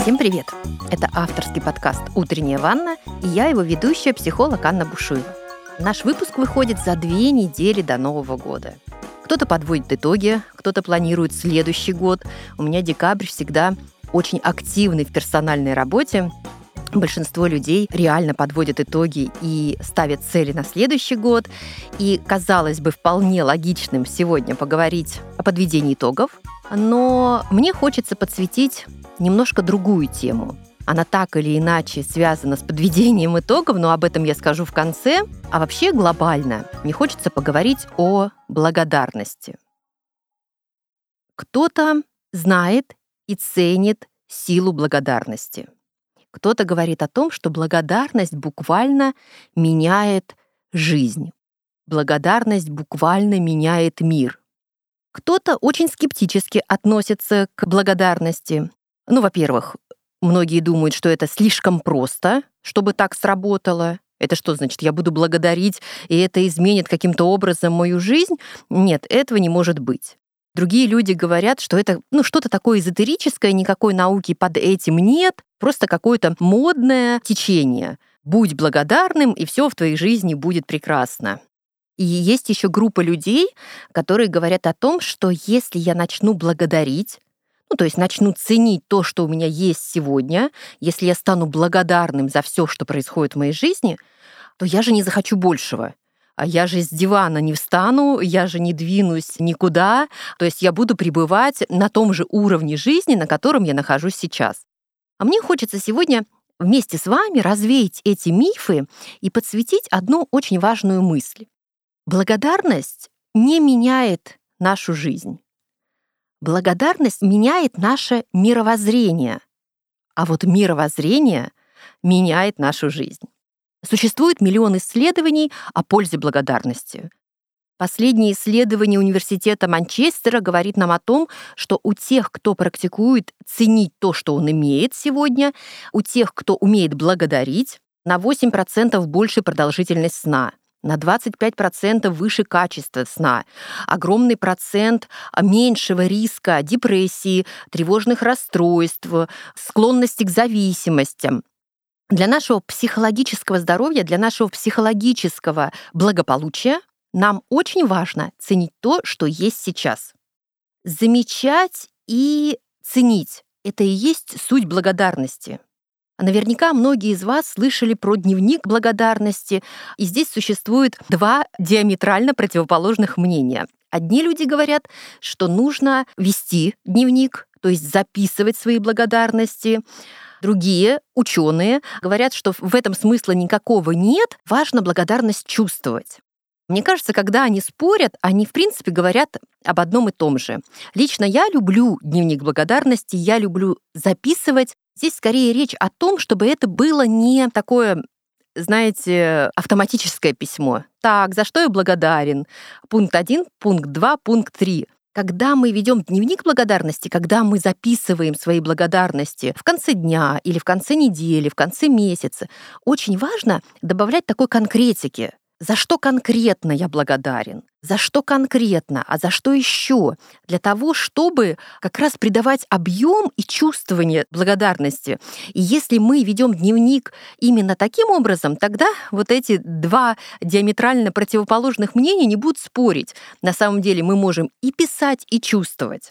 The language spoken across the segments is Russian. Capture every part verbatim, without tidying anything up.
Всем привет! Это авторский подкаст «Утренняя ванна» и я его ведущая, психолог Анна Бушуева. Наш выпуск выходит за две недели до Нового года. Кто-то подводит итоги, кто-то планирует следующий год. У меня декабрь всегда очень активный в персональной работе. Большинство людей реально подводят итоги и ставят цели на следующий год. И, казалось бы, вполне логичным сегодня поговорить о подведении итогов. Но мне хочется подсветить немножко другую тему. Она так или иначе связана с подведением итогов, но об этом я скажу в конце. А вообще глобально мне хочется поговорить о благодарности. Кто-то знает и ценит силу благодарности. Кто-то говорит о том, что благодарность буквально меняет жизнь. Благодарность буквально меняет мир. Кто-то очень скептически относится к благодарности. Ну, во-первых, многие думают, что это слишком просто, чтобы так сработало. Это что значит, я буду благодарить, и это изменит каким-то образом мою жизнь? Нет, этого не может быть. Другие люди говорят, что это ну, что-то такое эзотерическое, никакой науки под этим нет, просто какое-то модное течение. Будь благодарным, и все в твоей жизни будет прекрасно. И есть еще группа людей, которые говорят о том, что если я начну благодарить, ну, то есть начну ценить то, что у меня есть сегодня, если я стану благодарным за все, что происходит в моей жизни, то я же не захочу большего. А я же с дивана не встану, я же не двинусь никуда. То есть я буду пребывать на том же уровне жизни, на котором я нахожусь сейчас. А мне хочется сегодня вместе с вами развеять эти мифы и подсветить одну очень важную мысль. Благодарность не меняет нашу жизнь. Благодарность меняет наше мировоззрение. А вот мировоззрение меняет нашу жизнь. Существует миллион исследований о пользе благодарности. Последнее исследование университета Манчестера говорит нам о том, что у тех, кто практикует ценить то, что он имеет сегодня, у тех, кто умеет благодарить, на восемь процентов больше продолжительность сна, на двадцать пять процентов выше качество сна, огромный процент меньшего риска депрессии, тревожных расстройств, склонности к зависимостям. Для нашего психологического здоровья, для нашего психологического благополучия нам очень важно ценить то, что есть сейчас. Замечать и ценить — это и есть суть благодарности. Наверняка многие из вас слышали про дневник благодарности, и здесь существует два диаметрально противоположных мнения. Одни люди говорят, что нужно вести дневник, то есть записывать свои благодарности. Другие, ученые, говорят, что в этом смысла никакого нет, важно благодарность чувствовать. Мне кажется, когда они спорят, они, в принципе, говорят об одном и том же. Лично я люблю дневник благодарности, я люблю записывать. Здесь скорее речь о том, чтобы это было не такое, знаете, автоматическое письмо. Так, за что я благодарен? Пункт один, пункт два, пункт три. Когда мы ведем дневник благодарности, когда мы записываем свои благодарности в конце дня или в конце недели, в конце месяца, очень важно добавлять такой конкретики. За что конкретно я благодарен? За что конкретно? А за что еще? Для того, чтобы как раз придавать объем и чувствование благодарности. И если мы ведем дневник именно таким образом, тогда вот эти два диаметрально противоположных мнения не будут спорить. На самом деле мы можем и писать, и чувствовать.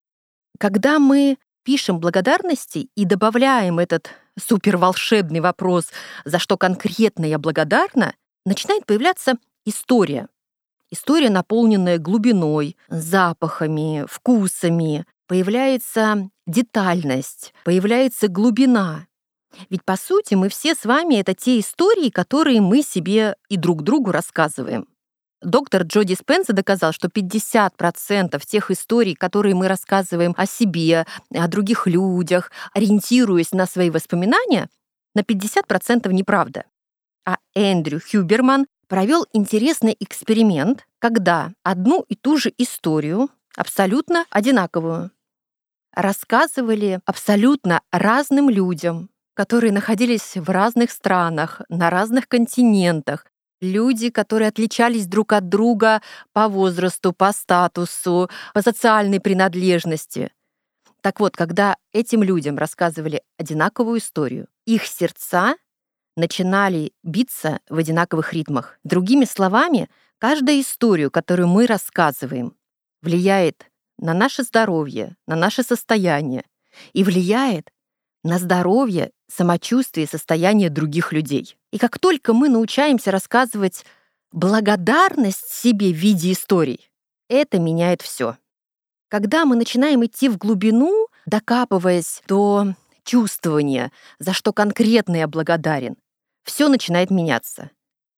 Когда мы пишем благодарности и добавляем этот суперволшебный вопрос, за что конкретно я благодарна, начинает появляться история. История, наполненная глубиной, запахами, вкусами. Появляется детальность, появляется глубина. Ведь, по сути, мы все с вами — это те истории, которые мы себе и друг другу рассказываем. Доктор Джо Диспенза доказал, что пятьдесят процентов тех историй, которые мы рассказываем о себе, о других людях, ориентируясь на свои воспоминания, на пятьдесят процентов неправда. А Эндрю Хюберман провел интересный эксперимент, когда одну и ту же историю, абсолютно одинаковую, рассказывали абсолютно разным людям, которые находились в разных странах, на разных континентах, люди, которые отличались друг от друга по возрасту, по статусу, по социальной принадлежности. Так вот, когда этим людям рассказывали одинаковую историю, их сердца начинали биться в одинаковых ритмах. Другими словами, каждая история, которую мы рассказываем, влияет на наше здоровье, на наше состояние и влияет на здоровье, самочувствие и состояние других людей. И как только мы научаемся рассказывать благодарность себе в виде историй, это меняет все. Когда мы начинаем идти в глубину, докапываясь до чувствования, за что конкретно я благодарен, все начинает меняться.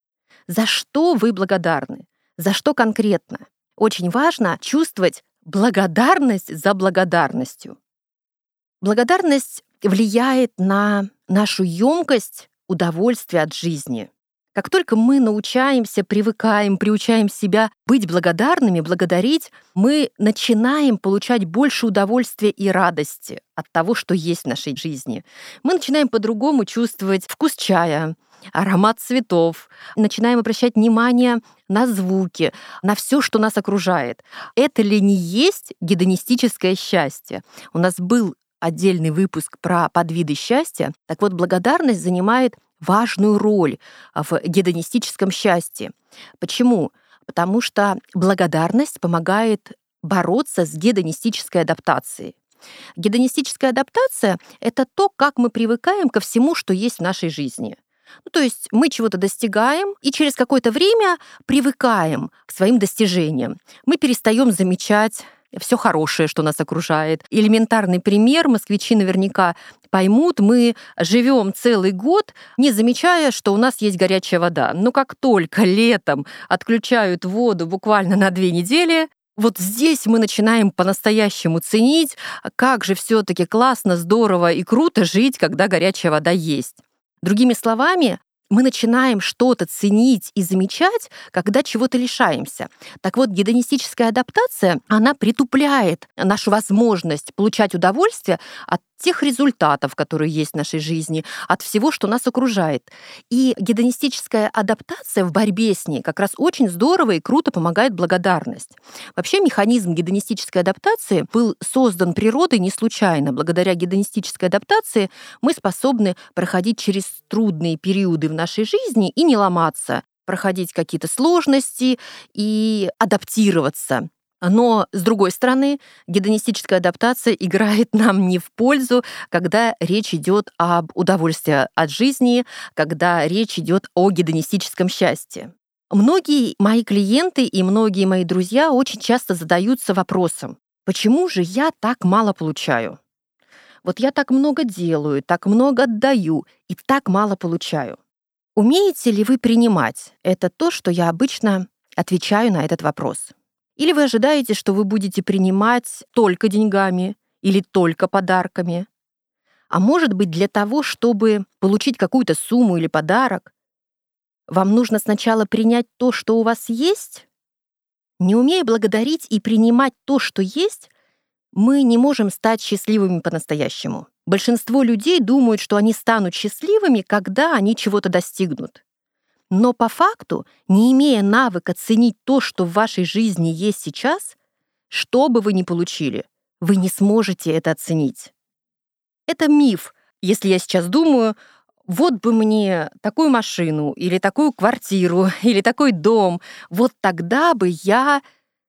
За что вы благодарны? За что конкретно? Очень важно чувствовать благодарность за благодарностью. Благодарность влияет на нашу емкость удовольствия от жизни. Как только мы научаемся, привыкаем, приучаем себя быть благодарными, благодарить, мы начинаем получать больше удовольствия и радости от того, что есть в нашей жизни. Мы начинаем по-другому чувствовать вкус чая, аромат цветов, начинаем обращать внимание на звуки, на все, что нас окружает. Это ли не есть гедонистическое счастье? У нас был отдельный выпуск про подвиды счастья. Так вот, благодарность занимает важную роль в гедонистическом счастье. Почему? Потому что благодарность помогает бороться с гедонистической адаптацией. Гедонистическая адаптация — это то, как мы привыкаем ко всему, что есть в нашей жизни. Ну, то есть мы чего-то достигаем, и через какое-то время привыкаем к своим достижениям. Мы перестаем замечать все хорошее, что нас окружает. Элементарный пример, москвичи наверняка поймут, мы живем целый год, не замечая, что у нас есть горячая вода. Но как только летом отключают воду буквально на две недели, вот здесь мы начинаем по-настоящему ценить, как же все-таки классно, здорово и круто жить, когда горячая вода есть. Другими словами, мы начинаем что-то ценить и замечать, когда чего-то лишаемся. Так вот, гедонистическая адаптация, она притупляет нашу возможность получать удовольствие от тех результатов, которые есть в нашей жизни, от всего, что нас окружает. И гедонистическая адаптация в борьбе с ней как раз очень здорово и круто помогает благодарность. Вообще механизм гедонистической адаптации был создан природой не случайно. Благодаря гедонистической адаптации мы способны проходить через трудные периоды в нашей жизни и не ломаться, проходить какие-то сложности и адаптироваться. Но, с другой стороны, гедонистическая адаптация играет нам не в пользу, когда речь идет об удовольствии от жизни, когда речь идет о гедонистическом счастье. Многие мои клиенты и многие мои друзья очень часто задаются вопросом: почему же я так мало получаю? Вот я так много делаю, так много отдаю и так мало получаю. Умеете ли вы принимать? Это то, что я обычно отвечаю на этот вопрос. Или вы ожидаете, что вы будете принимать только деньгами или только подарками? А может быть, для того, чтобы получить какую-то сумму или подарок, вам нужно сначала принять то, что у вас есть? Не умея благодарить и принимать то, что есть, мы не можем стать счастливыми по-настоящему. Большинство людей думают, что они станут счастливыми, когда они чего-то достигнут. Но по факту, не имея навыка ценить то, что в вашей жизни есть сейчас, что бы вы ни получили, вы не сможете это оценить. Это миф. Если я сейчас думаю, вот бы мне такую машину, или такую квартиру, или такой дом, вот тогда бы я...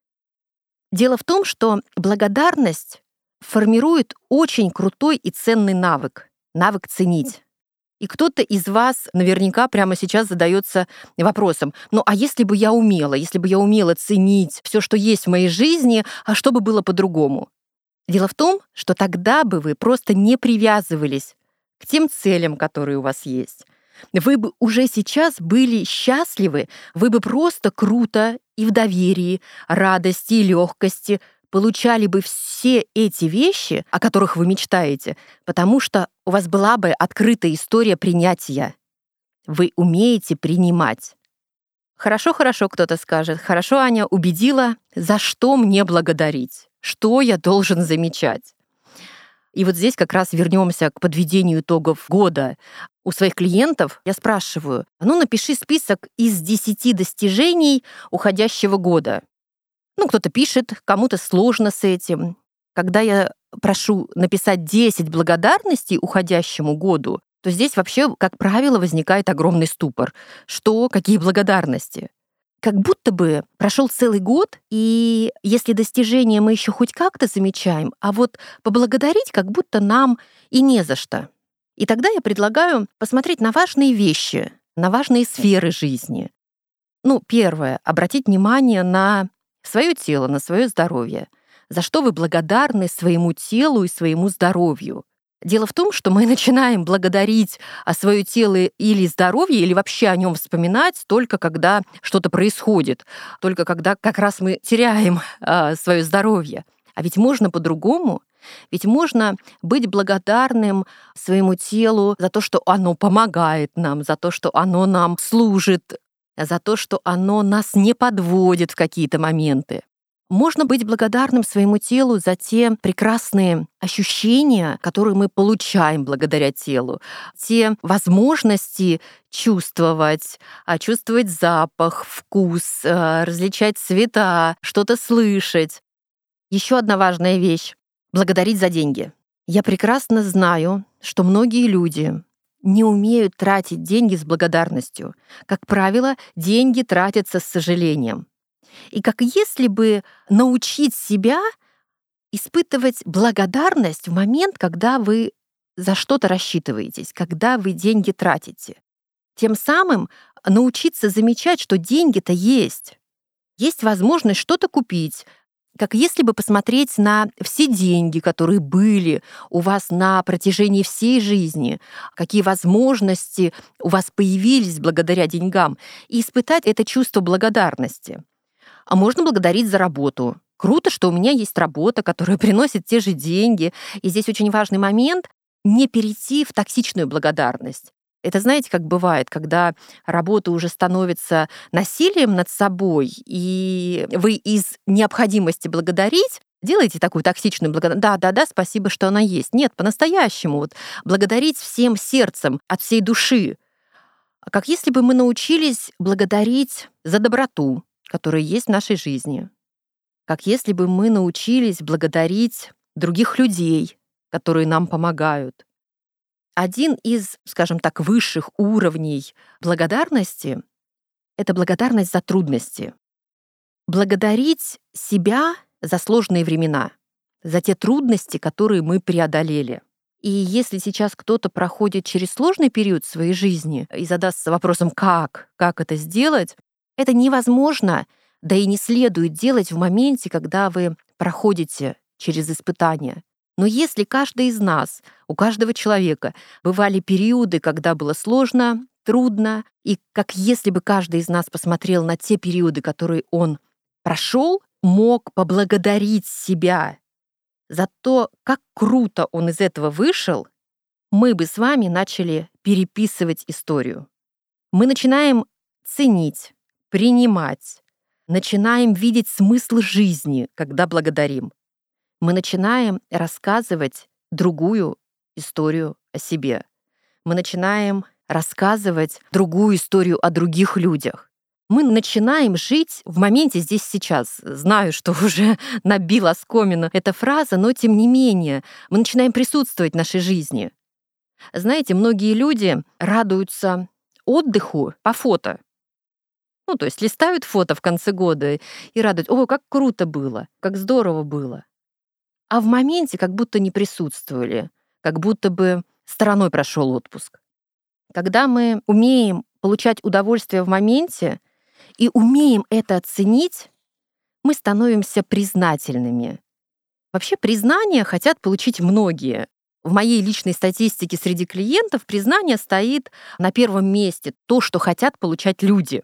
Дело в том, что благодарность формирует очень крутой и ценный навык. Навык ценить. И кто-то из вас наверняка прямо сейчас задается вопросом: ну а если бы я умела, если бы я умела ценить все, что есть в моей жизни, а что бы было по-другому? Дело в том, что тогда бы вы просто не привязывались к тем целям, которые у вас есть. Вы бы уже сейчас были счастливы, вы бы просто круто и в доверии, радости и легкости получали бы все эти вещи, о которых вы мечтаете, потому что у вас была бы открытая история принятия. Вы умеете принимать. Хорошо, хорошо, кто-то скажет. Хорошо, Аня, убедила. За что мне благодарить? Что я должен замечать? И вот здесь как раз вернемся к подведению итогов года. У своих клиентов я спрашиваю: ну, напиши список из десяти достижений уходящего года. Ну, кто-то пишет, кому-то сложно с этим. Когда я прошу написать десять благодарностей уходящему году, то здесь вообще, как правило, возникает огромный ступор. Что, какие благодарности? Как будто бы прошел целый год, и если достижения мы еще хоть как-то замечаем, а вот поблагодарить как будто нам и не за что. И тогда я предлагаю посмотреть на важные вещи, на важные сферы жизни. Ну, первое, обратить внимание на свое тело, на свое здоровье. За что вы благодарны своему телу и своему здоровью? Дело в том, что мы начинаем благодарить о свое тело или здоровье, или вообще о нем вспоминать только когда что-то происходит, только когда как раз мы теряем э, свое здоровье. А ведь можно по-другому. Ведь можно быть благодарным своему телу за то, что оно помогает нам, за то, что оно нам служит, за то, что оно нас не подводит в какие-то моменты. Можно быть благодарным своему телу за те прекрасные ощущения, которые мы получаем благодаря телу, те возможности чувствовать, чувствовать запах, вкус, различать цвета, что-то слышать. Еще одна важная вещь — благодарить за деньги. Я прекрасно знаю, что многие люди не умеют тратить деньги с благодарностью. Как правило, деньги тратятся с сожалением. И как если бы научить себя испытывать благодарность в момент, когда вы за что-то рассчитываетесь, когда вы деньги тратите. Тем самым научиться замечать, что деньги-то есть. Есть возможность что-то купить, как если бы посмотреть на все деньги, которые были у вас на протяжении всей жизни, какие возможности у вас появились благодаря деньгам, и испытать это чувство благодарности. А можно благодарить за работу. Круто, что у меня есть работа, которая приносит те же деньги. И здесь очень важный момент — не перейти в токсичную благодарность. Это, знаете, как бывает, когда работа уже становится насилием над собой, и вы из необходимости благодарить делаете такую токсичную благодарность. Да, да, да, спасибо, что она есть. Нет, по-настоящему. Вот благодарить всем сердцем, от всей души. Как если бы мы научились благодарить за доброту, которые есть в нашей жизни. Как если бы мы научились благодарить других людей, которые нам помогают. Один из, скажем так, высших уровней благодарности — это благодарность за трудности. Благодарить себя за сложные времена, за те трудности, которые мы преодолели. И если сейчас кто-то проходит через сложный период в своей жизни и задастся вопросом «как?», как это сделать, это невозможно, да и не следует делать в моменте, когда вы проходите через испытания. Но если каждый из нас, у каждого человека бывали периоды, когда было сложно, трудно, и как если бы каждый из нас посмотрел на те периоды, которые он прошел, мог поблагодарить себя за то, как круто он из этого вышел, мы бы с вами начали переписывать историю. Мы начинаем ценить, принимать, начинаем видеть смысл жизни, когда благодарим. Мы начинаем рассказывать другую историю о себе. Мы начинаем рассказывать другую историю о других людях. Мы начинаем жить в моменте здесь сейчас. Знаю, что уже набила оскомину эта фраза, но тем не менее мы начинаем присутствовать в нашей жизни. Знаете, многие люди радуются отдыху по фото. Ну, то есть листают фото в конце года и радуют: «О, как круто было, как здорово было». А в моменте как будто не присутствовали, как будто бы стороной прошел отпуск. Когда мы умеем получать удовольствие в моменте и умеем это оценить, мы становимся признательными. Вообще признание хотят получить многие. В моей личной статистике среди клиентов признание стоит на первом месте, то, что хотят получать люди.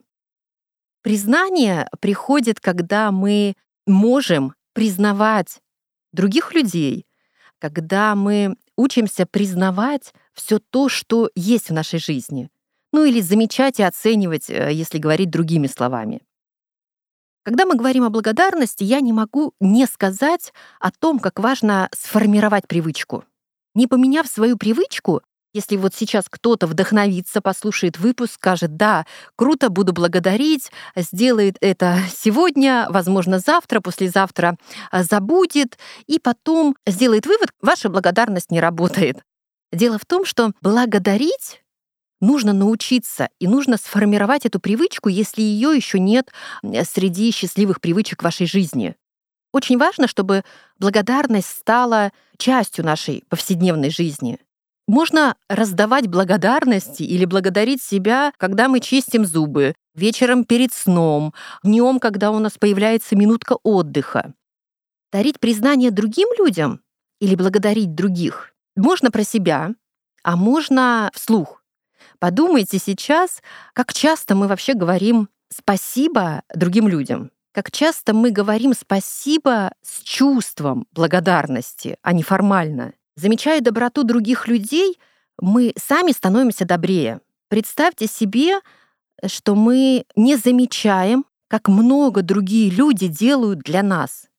Признание приходит, когда мы можем признавать других людей, когда мы учимся признавать все то, что есть в нашей жизни. Ну или замечать и оценивать, если говорить другими словами. Когда мы говорим о благодарности, я не могу не сказать о том, как важно сформировать привычку. Не поменяв свою привычку, Если вот сейчас кто-то вдохновится, послушает выпуск, скажет: да, круто, буду благодарить, сделает это сегодня, возможно, завтра, послезавтра а, забудет, и потом сделает вывод: ваша благодарность не работает. Дело в том, что благодарить нужно научиться, и нужно сформировать эту привычку, если ее еще нет э, среди счастливых привычек вашей жизни. Очень важно, чтобы благодарность стала частью нашей повседневной жизни. Можно раздавать благодарности или благодарить себя, когда мы чистим зубы, вечером перед сном, днем, когда у нас появляется минутка отдыха. Дарить признание другим людям или благодарить других можно про себя, а можно вслух. Подумайте сейчас, как часто мы вообще говорим спасибо другим людям. Как часто мы говорим спасибо с чувством благодарности, а не формально. Замечая доброту других людей, мы сами становимся добрее. Представьте себе, что мы не замечаем, как много другие люди делают для нас.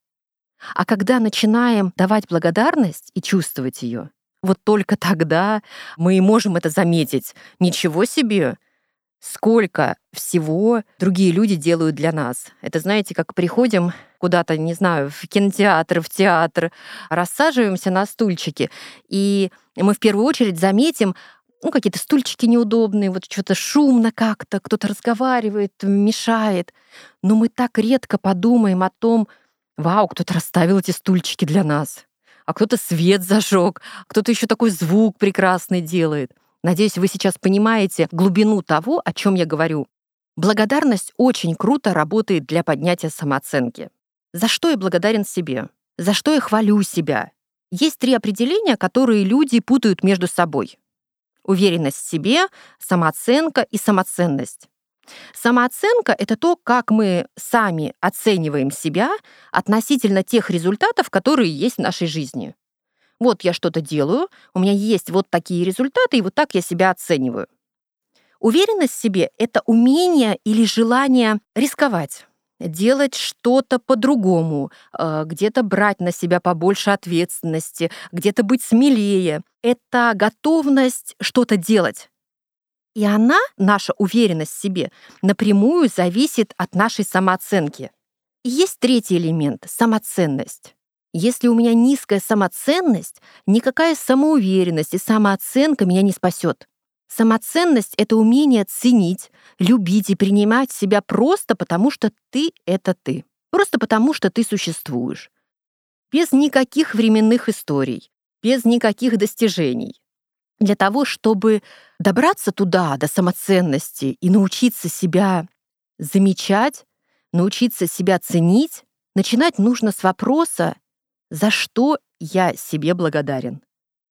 А когда начинаем давать благодарность и чувствовать ее, вот только тогда мы и можем это заметить. Ничего себе! Сколько всего другие люди делают для нас. Это, знаете, как приходим куда-то, не знаю, в кинотеатр, в театр, рассаживаемся на стульчики, и мы в первую очередь заметим, ну, какие-то стульчики неудобные, вот что-то шумно как-то, кто-то разговаривает, мешает. Но мы так редко подумаем о том: вау, кто-то расставил эти стульчики для нас, а кто-то свет зажег, кто-то еще такой звук прекрасный делает. Надеюсь, вы сейчас понимаете глубину того, о чем я говорю. Благодарность очень круто работает для поднятия самооценки. За что я благодарен себе? За что я хвалю себя? Есть три определения, которые люди путают между собой: уверенность в себе, самооценка и самоценность. Самооценка — это то, как мы сами оцениваем себя относительно тех результатов, которые есть в нашей жизни. Вот я что-то делаю, у меня есть вот такие результаты, и вот так я себя оцениваю. Уверенность в себе — это умение или желание рисковать, делать что-то по-другому, э, где-то брать на себя побольше ответственности, где-то быть смелее. Это готовность что-то делать. И она, наша уверенность в себе, напрямую зависит от нашей самооценки. И есть третий элемент — самоценность. Если у меня низкая самоценность, никакая самоуверенность и самооценка меня не спасет. Самоценность — это умение ценить, любить и принимать себя просто потому, что ты — это ты. Просто потому, что ты существуешь. Без никаких временных историй, без никаких достижений. Для того, чтобы добраться туда, до самоценности, и научиться себя замечать, научиться себя ценить, начинать нужно с вопроса: за что я себе благодарен?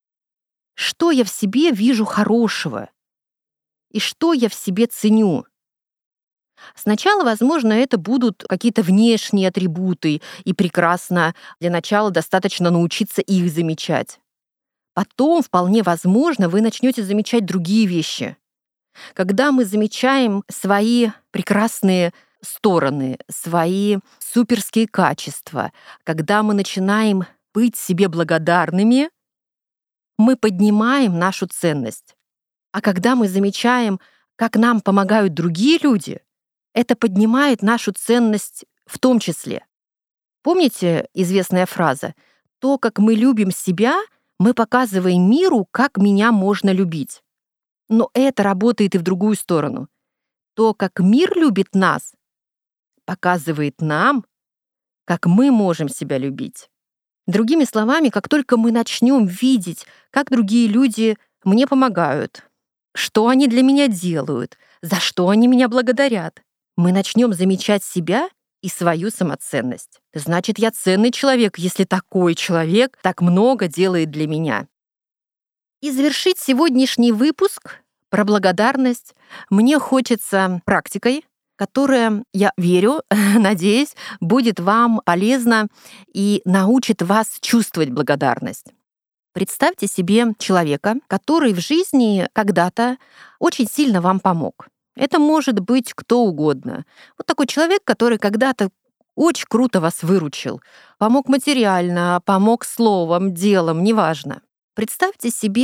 Что я в себе вижу хорошего? И что я в себе ценю? Сначала, возможно, это будут какие-то внешние атрибуты, и прекрасно, для начала достаточно научиться их замечать. Потом, вполне возможно, вы начнете замечать другие вещи. Когда мы замечаем свои прекрасные стороны, свои суперские качества, когда мы начинаем быть себе благодарными, мы поднимаем нашу ценность. А когда мы замечаем, как нам помогают другие люди, это поднимает нашу ценность в том числе. Помните известная фраза: «То, как мы любим себя, мы показываем миру, как меня можно любить». Но это работает и в другую сторону. То, как мир любит нас, показывает нам, как мы можем себя любить. Другими словами, как только мы начнем видеть, как другие люди мне помогают, что они для меня делают, за что они меня благодарят, мы начнем замечать себя и свою самоценность. Значит, я ценный человек, если такой человек так много делает для меня. И завершить сегодняшний выпуск про благодарность мне хочется практикой, которая, я верю, надеюсь, будет вам полезна и научит вас чувствовать благодарность. Представьте себе человека, который в жизни когда-то очень сильно вам помог. Это может быть кто угодно. Вот такой человек, который когда-то очень круто вас выручил, помог материально, помог словом, делом, неважно. Представьте себе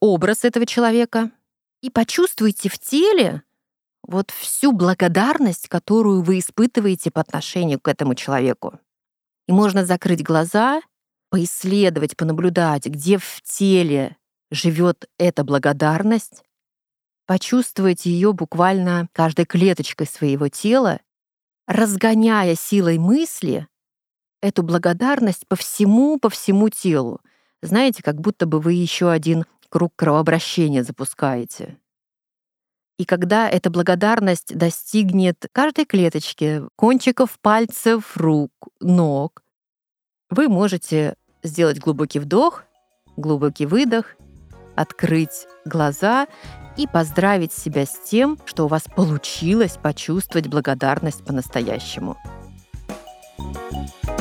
образ этого человека и почувствуйте в теле вот всю благодарность, которую вы испытываете по отношению к этому человеку. И можно закрыть глаза, поисследовать, понаблюдать, где в теле живет эта благодарность, почувствовать ее буквально каждой клеточкой своего тела, разгоняя силой мысли эту благодарность по всему, по всему телу. Знаете, как будто бы вы еще один круг кровообращения запускаете. И когда эта благодарность достигнет каждой клеточки, кончиков пальцев, рук, ног, вы можете сделать глубокий вдох, глубокий выдох, открыть глаза и поздравить себя с тем, что у вас получилось почувствовать благодарность по-настоящему.